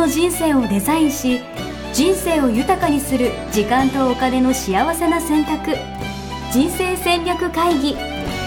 の人生をデザインし、人生を豊かにする時間とお金の幸せな選択。人生戦略会議。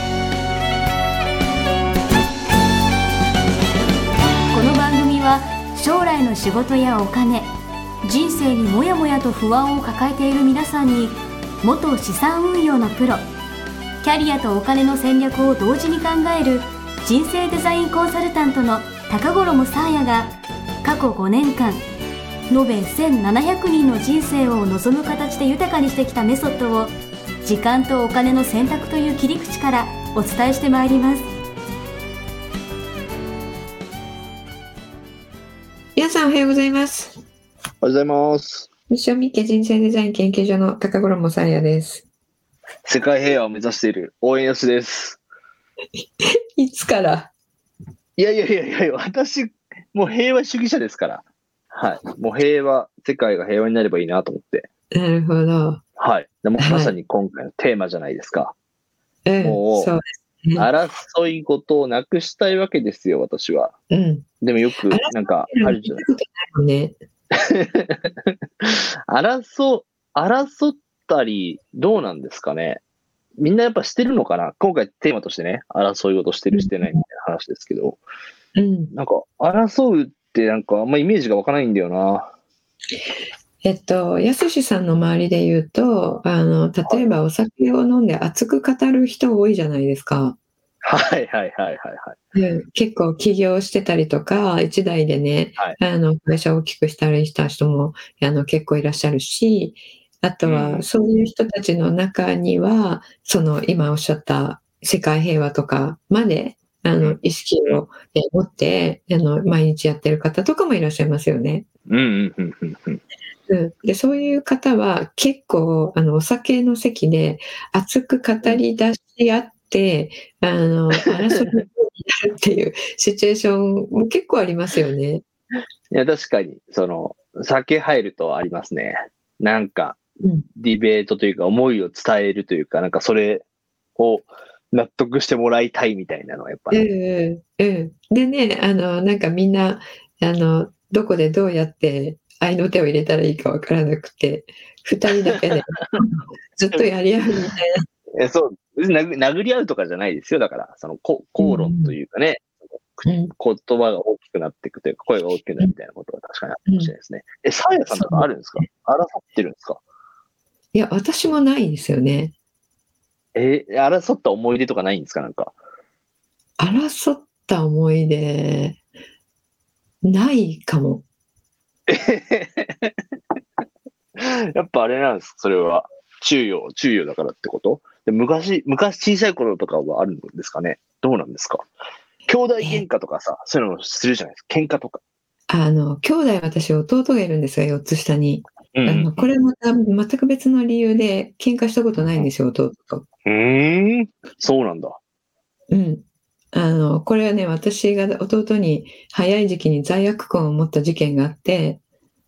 この番組は将来の仕事やお金、人生にもやもやと不安を抱えている皆さんに、元資産運用のプロ、キャリアとお金の戦略を同時に考える人生デザインコンサルタントの高頃もさあやが、過去5年間延べ1700人の人生を望む形で豊かにしてきたメソッドを、時間とお金の選択という切り口からお伝えしてまいります。 皆さんおはようございます。 おはようございます。 ミッションミッケ人生デザイン研究所の高頃もさあやです。 世界平和を目指している応援よしです。 いつから？ いや、私もう平和主義者ですから。はい。もう世界が平和になればいいなと思って。 なるほど。 はい。でもまさに今回のテーマじゃないですか。もう、 そうですね。 争い事をなくしたいわけですよ、私は。でもよく、なんか、あるじゃないですか。争ったり、どうなんですかね。みんなやっぱしてるのかな。今回テーマとしてね、争い事してるしてないみたいな話ですけど、なんか、争うってなんかあんまイメージが湧かないんだよな。 やすしさんの周りで言うと、例えばお酒を飲んで熱く語る人多いじゃないですか。 はい。 結構起業してたりとか、一代でね、会社を大きくしたりした人も結構いらっしゃるし、あとはそういう人たちの中には、その今おっしゃった世界平和とかまで意識を持って毎日やってる方とかもいらっしゃいますよね。でそういう方は結構お酒の席で熱く語り出し合って争いになるっていうシチュエーションも結構ありますよね。 いや確かに酒入るとありますね。なんかディベートというか思いを伝えるというか、なんかそれを納得してもらいたいみたいなのはやっぱね。 でね、なんかみんなどこでどうやって合いの手を入れたらいいかわからなくて、2人だけでずっとやり合うみたいな。 そう、殴り合うとかじゃないですよ。だから、口論というかね、言葉が大きくなっていくというか、声が大きくなるみたいなことが確かにあるかもしれないですね。さあやさんとかあるんですか？争ってるんですか？ いや、私もないですよね。 争った思い出とかないんですか？なんか。 争った思い出、ないかも。 やっぱあれなんですか？それは。中庸だからってこと？で昔小さい頃とかはあるんですかね？どうなんですか？兄弟喧嘩とかさ、そういうのするじゃないですか。喧嘩とか。兄弟、私弟がいるんですが、4つ下に。これまた全く別の理由で喧嘩したことないんですよ、弟と。 そうなんだ。 これはね、私が弟に早い時期に罪悪感を持った事件があって、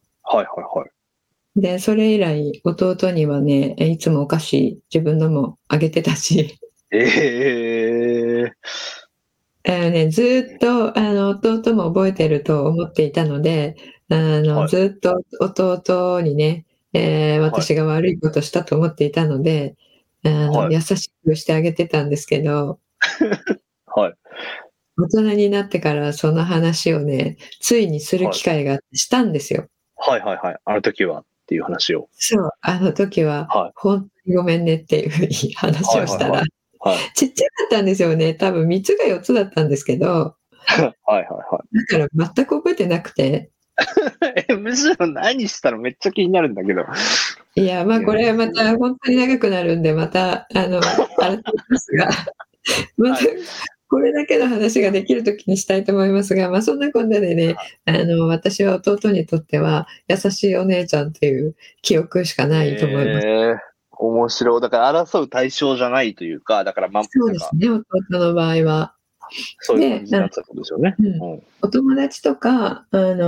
で、それ以来弟にはね、いつもお菓子自分のもあげてたし、ずっと弟も覚えてると思っていたので、ずっと弟にね、私が悪いことしたと思っていたので、優しくしてあげてたんですけど、大人になってからその話をね、ついにする機会がしたんですよ。 あの時はっていう話を。 そう、あの時は、本当にごめんねっていうふうに話をしたら、ちっちゃかったんですよね。多分3つが4つだったんですけど、だから全く覚えてなくて。 むしろ何したのめっちゃ気になるんだけど。 いや、これまた本当に長くなるんで、また、改めますが、また、これだけの話ができるときにしたいと思いますが、そんなこんなでね、私は弟にとっては優しいお姉ちゃんっていう記憶しかないと思います。 面白い。だから争う対象じゃないというか、だからそうですね、弟の場合は。 そういう感じだったってことですよね。 お友達とか、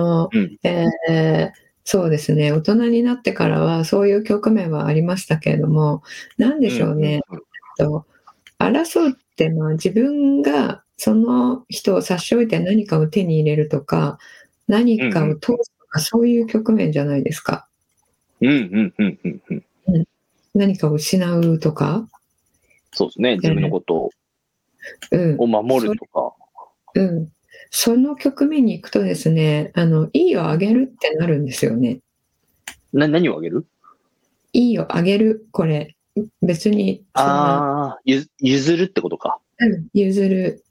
そうですね、大人になってからはそういう局面はありましたけれども、なんでしょうね、争うっていうのは自分がその人を差し置いて何かを手に入れるとか、何かを通すとかそういう局面じゃないですか。何かを失うとか。 そうですね。自分のことを守るとか。 その局面に行くとですね、いいをあげるってなるんですよね。 何をあげる？ いいをあげる。これ、別に。 譲るってことか。 譲る。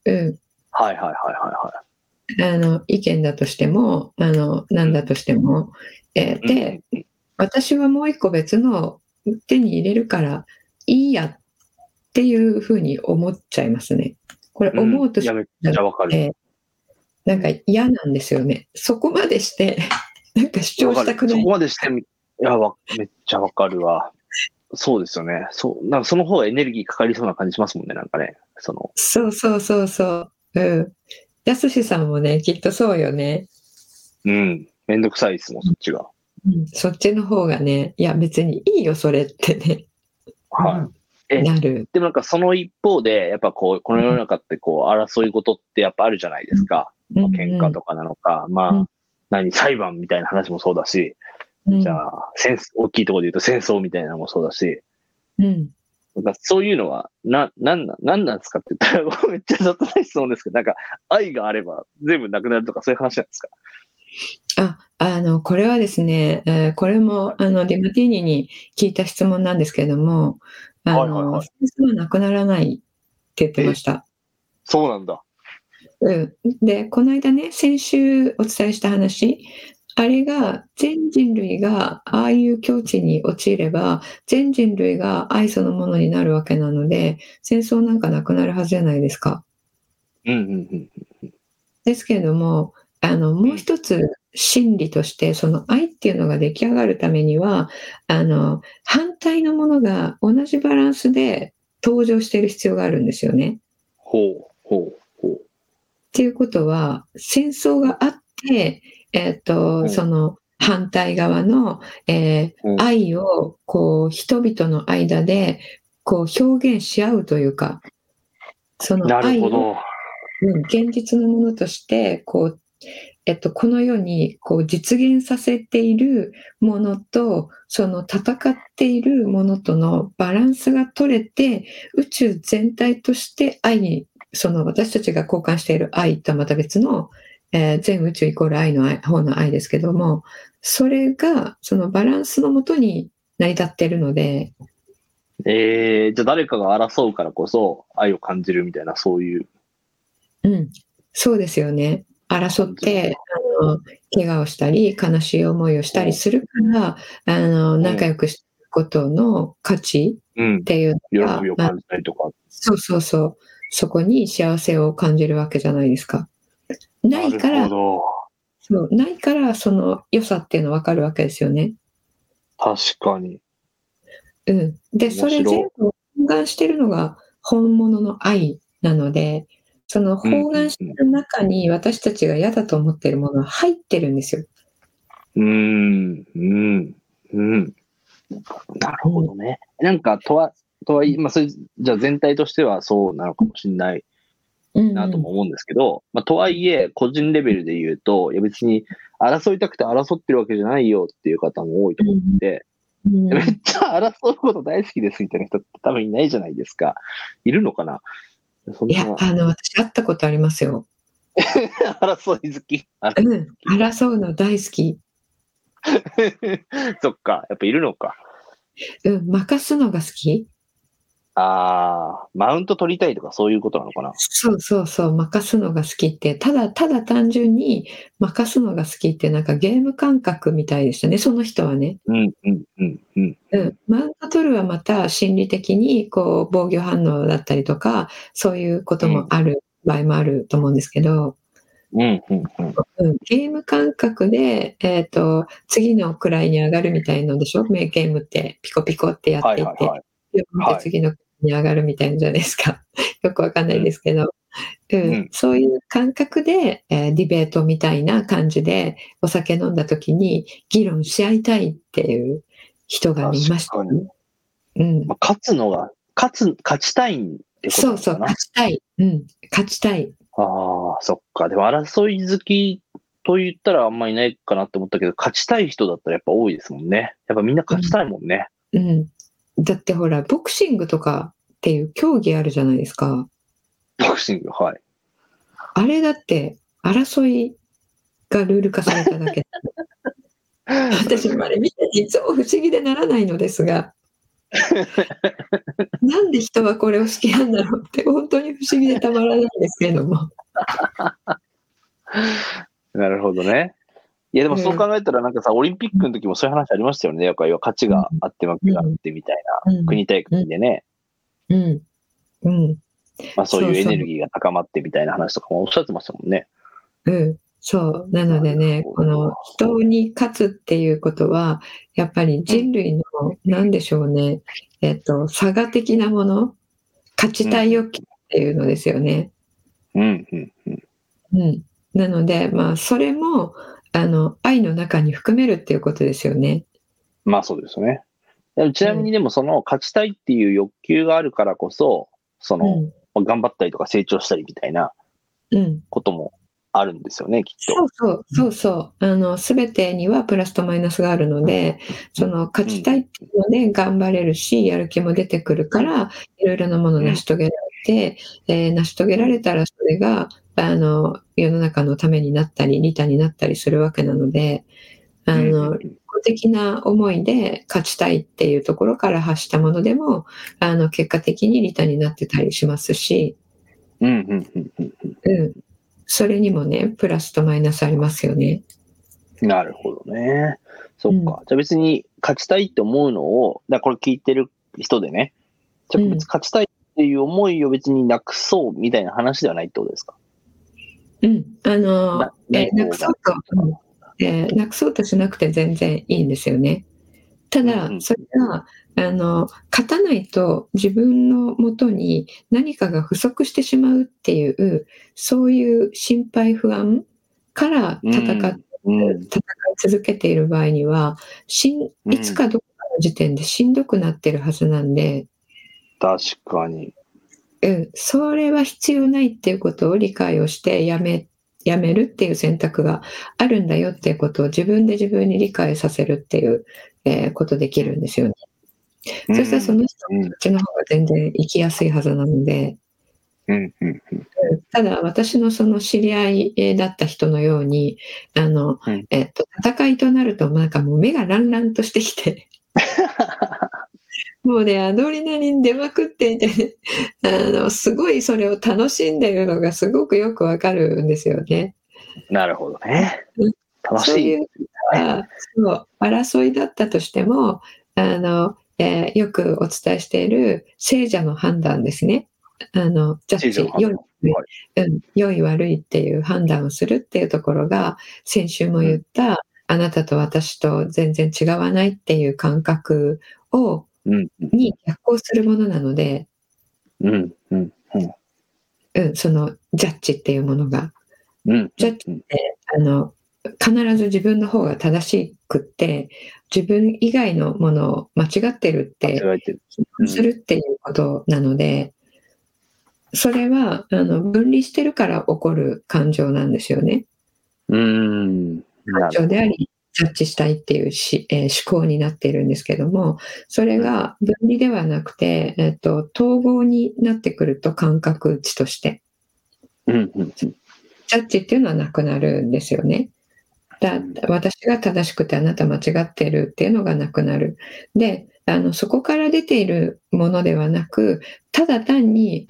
意見だとしても、何だとしても。で、私はもう一個別の手に入れるからいいやっていうふうに思っちゃいますね。これ思うとめっちゃわかる。 なんか嫌なんですよね。そこまでしてなんか主張したくない。 そこまでしてめっちゃわかるわ。そうですよね。なんかその方がエネルギーかかりそうな感じしますもんね。なんかね。 そう。やすしさんもね、きっとそうよね。 めんどくさいですもん、そっちが。 そっちの方がね、いや別にいいよ、それってね。なる。 でもなんかその一方で、やっぱこの世の中って争い事ってやっぱあるじゃないですか。喧嘩とかなのか、裁判みたいな話もそうだし、じゃあ、大きいところで言うと戦争みたいなのもそうだし、なんかそういうのは、なんなんですかって言ったら、めっちゃ雑な質問ですけど、なんか愛があれば全部なくなるとかそういう話なんですか？ これはですね、これも、ディマティーニに聞いた質問なんですけれども、戦争はなくならないって言ってました。 そうなんだ。 で、この間ね、先週お伝えした話、あれが全人類がああいう境地に陥れば、全人類が愛そのものになるわけなので、戦争なんかなくなるはずじゃないですか。ですけれども、もう一つ真理として、その愛っていうのが出来上がるためには、反対のものが同じバランスで登場している必要があるんですよね。っていうことは、戦争があって、その反対側の、愛を人々の間で表現し合うというか、その愛を現実のものとしてこの世に実現させているものと、その戦っているものとのバランスが取れて、宇宙全体として愛に、私たちが交換している愛とはまた別の、全宇宙イコール愛の方の愛ですけども、それがそのバランスのもとに成り立っているので。 じゃあ誰かが争うからこそ愛を感じるみたいな、そういう。 そうですよね。争って怪我をしたり悲しい思いをしたりするから仲良くすることの価値っていうのが、喜びを感じたりとか、 そこに幸せを感じるわけじゃないですか。ないからその良さっていうの分かるわけですよね。 確かに。 でそれ全部包含してるのが本物の愛なので、その包含してる中に私たちが嫌だと思っているものは入ってるんですよ。 なるほどね。なんかとはいえ、それじゃあ全体としてはそうなのかもしれないなとも思うんですけど、とはいえ個人レベルで言うと、いや別に争いたくて争ってるわけじゃないよっていう方も多いと思って、めっちゃ争うこと大好きですみたいな人って多分いないじゃないですか。いるのかな？ いや、私会ったことありますよ。 争い好き。 争うの大好き。 そっか、やっぱいるのか。 任すのが好き。 マウント取りたいとかそういうことなのかな。 そう、任すのが好きって、ただ単純に任すのが好きってなんかゲーム感覚みたいでしたね、その人はね。マウント取るはまた心理的に防御反応だったりとか、そういうこともある場合もあると思うんですけど、ゲーム感覚で、次の位に上がるみたいのでしょ、ゲームってピコピコってやっていて、次のに上がるみたいなじゃないですか。よくわかんないですけど、そういう感覚で、ディベートみたいな感じでお酒飲んだ時に議論し合いたいっていう人がいましたね。 勝ちたいってことなのかな。 勝ちたい。勝ちたい。 そっか。でも争い好きと言ったらあんまりいないかなって思ったけど、勝ちたい人だったらやっぱ多いですもんね。やっぱみんな勝ちたいもんね。 うん。だってほら、ボクシングとかっていう競技あるじゃないですか。 ボクシング、はい。 あれだって争いがルール化されただけ。私もあれ見ていつも不思議でならないのですが、なんで人はこれを好きなんだろうって本当に不思議でたまらないんですけども。 なるほどね。いやでもそう考えたらなんかさ、オリンピックの時もそういう話ありましたよね。やっぱり勝ちがあって負けがあってみたいな、国大会でね。まあそういうエネルギーが高まってみたいな話とかもおっしゃってましたもんね。 そう。なのでね、この人に勝つっていうことは、やっぱり人類の、なんでしょうね、差が的なもの、勝ちたい欲求っていうのですよね。なので、まあ、それも、愛の中に含めるっていうことですよね。 まあそうですね。ちなみにでもその勝ちたいっていう欲求があるからこそ、頑張ったりとか成長したりみたいなこともあるんですよね、きっと。 そう。すべてにはプラスとマイナスがあるので、その勝ちたいっていうので頑張れるし、やる気も出てくるから、いろいろなものを成し遂げられて、成し遂げられたらそれが、世の中のためになったり、利他になったりするわけなので、利己的な思いで勝ちたいっていうところから発したものでも、結果的に利他になってたりしますし、それにもね、プラスとマイナスありますよね。 なるほどね。そっか。じゃあ別に勝ちたいって思うのを、これ聞いてる人でね、別に勝ちたいっていう思いを別になくそうみたいな話ではないってことですか？ なくそうとしなくて全然いいんですよね。ただ、それが、勝たないと自分のもとに何かが不足してしまうっていう、そういう心配不安から戦い続けている場合には、いつかどこかの時点でしんどくなってるはずなんで。 確かに。 それは必要ないっていうことを理解をしてやめるっていう選択があるんだよっていうことを自分で自分に理解させるっていう、ことできるんですよね。そしたらその人たちの方が全然生きやすいはずなので。ただ私のその知り合いだった人のように、戦いとなるとなんかもう目がランランとしてきて。もうね、アドレナリン出まくっていて、すごいそれを楽しんでいるのがすごくよくわかるんですよね。 なるほどね。楽しい。 そういう争いだったとしても、よくお伝えしている聖者の判断ですね。ジャッジ、良い悪いっていう判断をするっていうところが、先週も言った、あなたと私と全然違わないっていう感覚に逆行するものなので、そのジャッジっていうものが、ジャッジって必ず自分の方が正しくって自分以外のものを間違ってるってするっていうことなので、それは分離してるから起こる感情なんですよね。感情でありジャッジしたいっていう思考になっているんですけども、それが分離ではなくて、統合になってくると感覚値として、ジャッジっていうのはなくなるんですよね。私が正しくてあなた間違ってるっていうのがなくなる。で、そこから出ているものではなく、ただ単に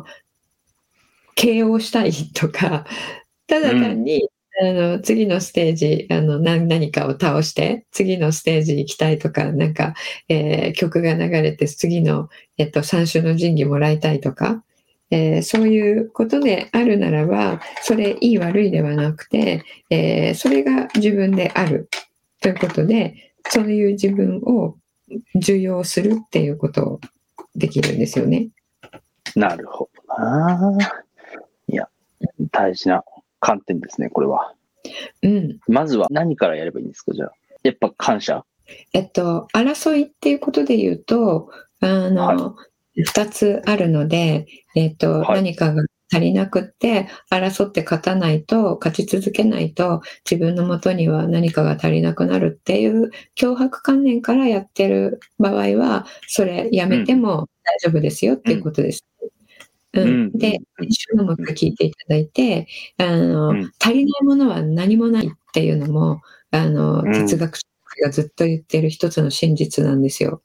KO したいとか、ただ単に、次のステージ何かを倒して次のステージ行きたいとか、なんか、曲が流れて次の、三種の神器もらいたいとか、そういうことであるならば、それいい悪いではなくて、それが自分であるということで、そういう自分を受容するっていうことをできるんですよね。 なるほどな。いや、大事な観点ですね、これは。まずは何からやればいいんですか、じゃあ。やっぱ感謝？ 争いっていうことで言うと、2つあるので、何かが足りなくって、争って勝ち続けないと、自分のもとには何かが足りなくなるっていう強迫観念からやってる場合は、それやめても大丈夫ですよっていうことです。で、一緒のも聞いていただいて、足りないものは何もないっていうのも、哲学者がずっと言ってる一つの真実なんですよ。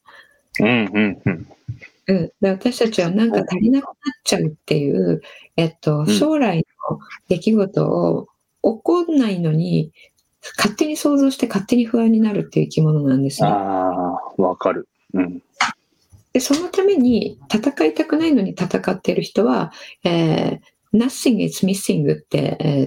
で私たちはなんか足りなくなっちゃうっていう、将来の出来事を起こんないのに、勝手に想像して勝手に不安になるっていう生き物なんですね。 わかる。 で、そのために戦いたくないのに戦っている人は、nothing is missing って、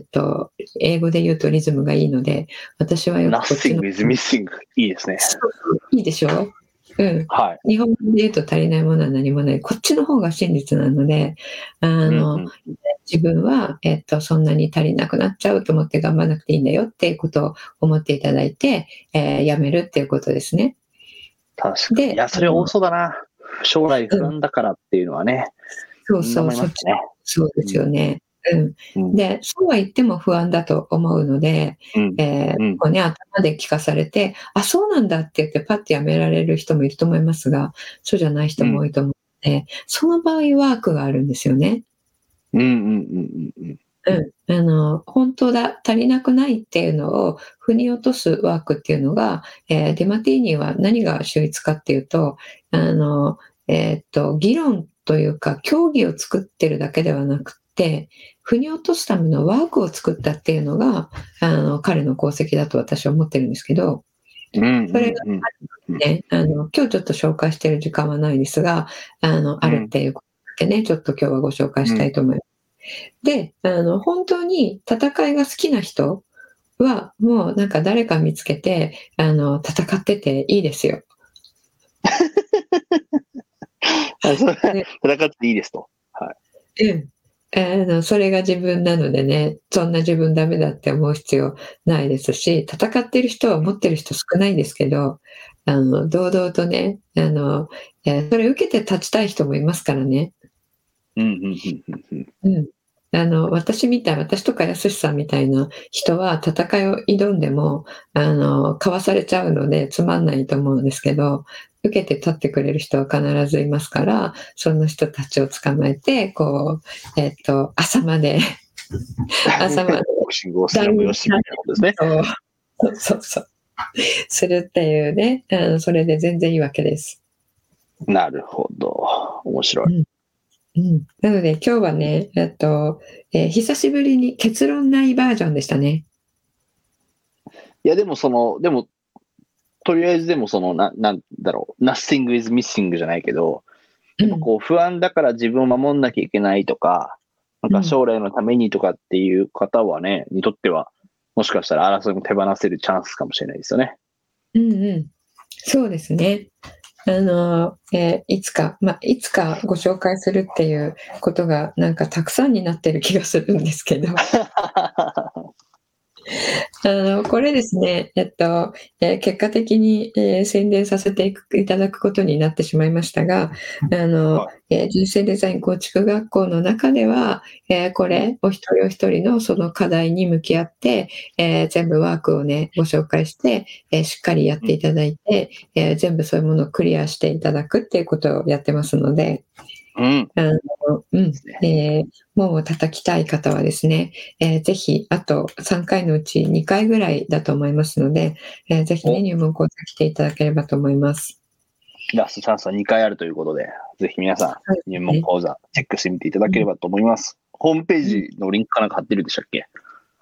英語で言うとリズムがいいので、私はよくこっちの nothing is missing いいですね。 いいでしょ？日本語で言うと足りないものは何もない。こっちの方が真実なので、自分は、そんなに足りなくなっちゃうと思って頑張らなくていいんだよっていうことを思っていただいて、やめるっていうことですね。 確かに。いや、それ多そうだな。将来不安だからっていうのはね。 そうですよね。で、そうは言っても不安だと思うので、頭で聞かされて、そうなんだって言ってパッてやめられる人もいると思いますが、そうじゃない人も多いと思うので、その場合ワークがあるんですよね。本当だ、足りなくないっていうのを腑に落とすワークっていうのが、ディマティーニは何が秀逸かっていうと、議論というか協議を作ってるだけではなくて、腑に落とすためのワークを作ったっていうのが彼の功績だと私は思ってるんですけど、それがね、今日ちょっと紹介している時間はないですが、あるっていうことでね、ちょっと今日はご紹介したいと思います。で、本当に戦いが好きな人はもうなんか誰か見つけて戦ってていいですよ。 戦っていいですと。 それが自分なのでね、そんな自分ダメだって思う必要ないですし、戦ってる人は思ってる人少ないですけど、堂々とね、それ受けて立ちたい人もいますからね。私とかやすしさんみたいな人は戦いを挑んでもかわされちゃうのでつまんないと思うんですけど、受けて立ってくれる人は必ずいますから、その人たちを捕まえてこう、朝までボクシングをするもよしみたいなことですね。 そうするっていうね、それで全然いいわけです。 なるほど、面白い。 なので今日はね、久しぶりに結論ないバージョンでしたね。 いやでもとりあえずなんだろう、nothing is missing じゃないけど、こう不安だから自分を守んなきゃいけないとか、なんか将来のためにとかっていう方はね、にとってはもしかしたら争いも手放せるチャンスかもしれないですよね。 そうですね。いつかご紹介するっていうことがなんかたくさんになってる気がするんですけどこれですね、結果的に、宣伝させていただくことになってしまいましたが、人生デザイン構築学校の中では、これお一人お一人のその課題に向き合って、全部ワークをねご紹介して、しっかりやっていただいて、全部そういうものをクリアしていただくっていうことをやってますので、門を叩きたい方はですね、ぜひあと3回のうち2回ぐらいだと思いますので、ぜひね入門講座来ていただければと思います。 ラストチャンスは2回あるということで、ぜひ皆さん入門講座チェックしてみていただければと思います。ホームページのリンクかなんか貼ってるでしたっけ？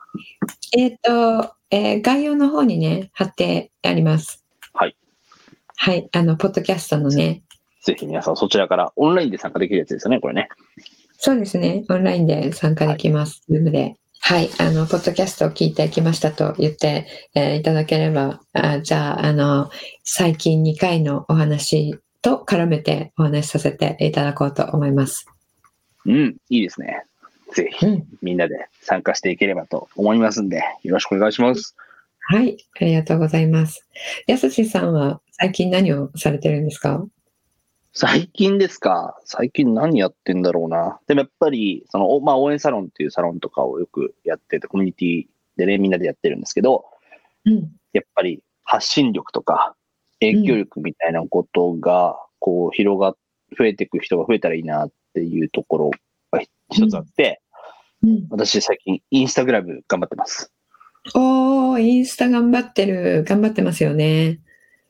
概要の方にね貼ってあります。ポッドキャストのね。 ぜひ皆さんそちらからオンラインで参加できるやつですよね、これね。 そうですね、オンラインで参加できます。Zoom で。ポッドキャストを聞いてきましたと言って、いただければ、じゃあ、最近2回のお話と絡めてお話しさせていただこうと思います。 いいですね。ぜひ、みんなで参加していければと思いますんで、よろしくお願いします。 ありがとうございます。やすしさんは最近何をされてるんですか？ 最近ですか？最近何やってんだろうな。でもやっぱり、応援サロンっていうサロンとかをよくやってて、コミュニティでね、みんなでやってるんですけど、やっぱり発信力とか影響力みたいなことが、こう、増えていく人が増えたらいいなっていうところが一つあって、私最近インスタグラム頑張ってます。 インスタ頑張ってますよね。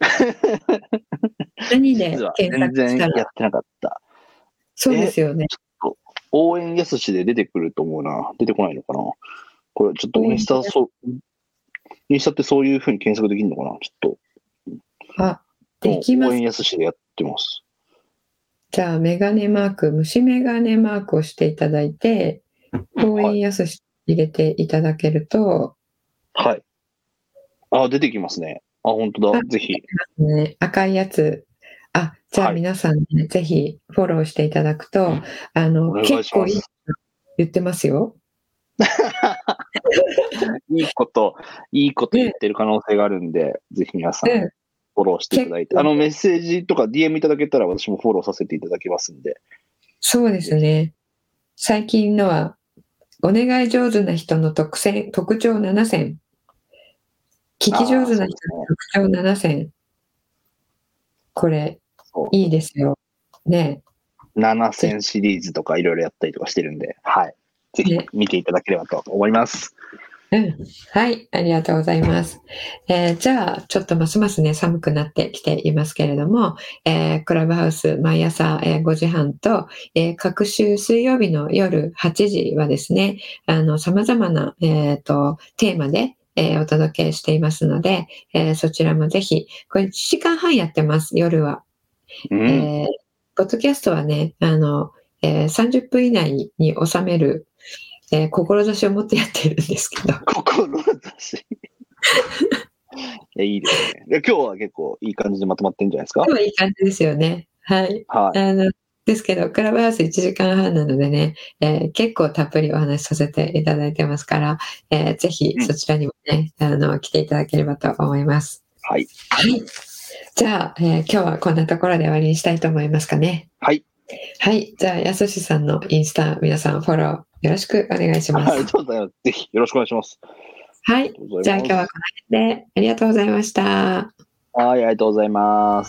何で検索したら？ 全然やってなかった。 そうですよね。 ちょっと応援やすしで出てくると思うな。出てこないのかな。これちょっとインスタってそういう風に検索できるのかな。ちょっと。 できます。 応援やすしでやってます。 じゃあ虫眼鏡マークをしていただいて、応援やすし入れていただけると、 はい。出てきますね。本当だ。ぜひ。 赤いやつ。じゃあ皆さんね、ぜひフォローしていただくと、結構いい言ってますよ。 いいこと言ってる可能性があるんで、ぜひ皆さんフォローしていただいて、メッセージとか DM いただけたら私もフォローさせていただきますんで。 そうですね。最近のは、お願い上手な人の特徴7選。聞き上手な人の特徴7選。これ、いいですよ。ね。 7選シリーズとかいろいろやったりとかしてるんで、はい。ぜひ見ていただければと思います。 はい、ありがとうございます。じゃあ、ちょっとますますね、寒くなってきていますけれども、クラブハウス毎朝、5時半と、各週水曜日の夜8時はですね、様々な、テーマで、お届けしていますので、そちらもぜひ、これ1時間半やってます、夜は。ポッドキャストはね、30分以内に収める、志を持ってやってるんですけど。 志いいですね。今日は結構いい感じでまとまってるんじゃないですか？ 今日はいい感じですよね。はい。ですけど、クラブハウス1時間半なのでね、結構たっぷりお話しさせていただいてますから、ぜひそちらにもね、来ていただければと思います。 はい。 はい。じゃあ、今日はこんなところで終わりにしたいと思いますかね。 はい。 はい。じゃあ、やすしさんのインスタ、皆さんフォローよろしくお願いします。 はい、そうだよ。ぜひよろしくお願いします。 はい。じゃあ今日はこの辺でありがとうございました。 はい、ありがとうございます。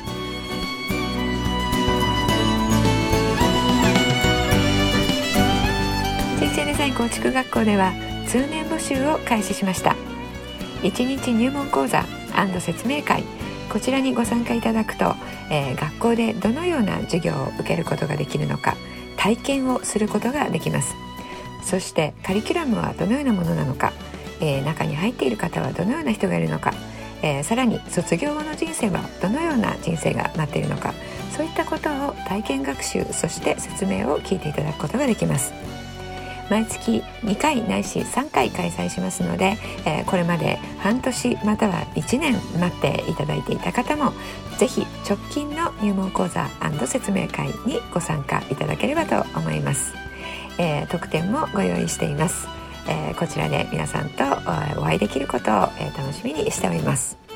人生デザイン構築学校では通年募集を開始しました。1日入門講座&説明会、こちらにご参加いただくと、学校でどのような授業を受けることができるのか、体験をすることができます。そしてカリキュラムはどのようなものなのか、中に入っている方はどのような人がいるのか、さらに卒業後の人生はどのような人生が待っているのか、そういったことを体験学習、そして説明を聞いていただくことができます。毎月2回ないし3回開催しますので、これまで半年または1年待っていただいていた方もぜひ直近の入門講座&説明会にご参加いただければと思います。特典もご用意しています。こちらで皆さんとお会いできることを楽しみにしております。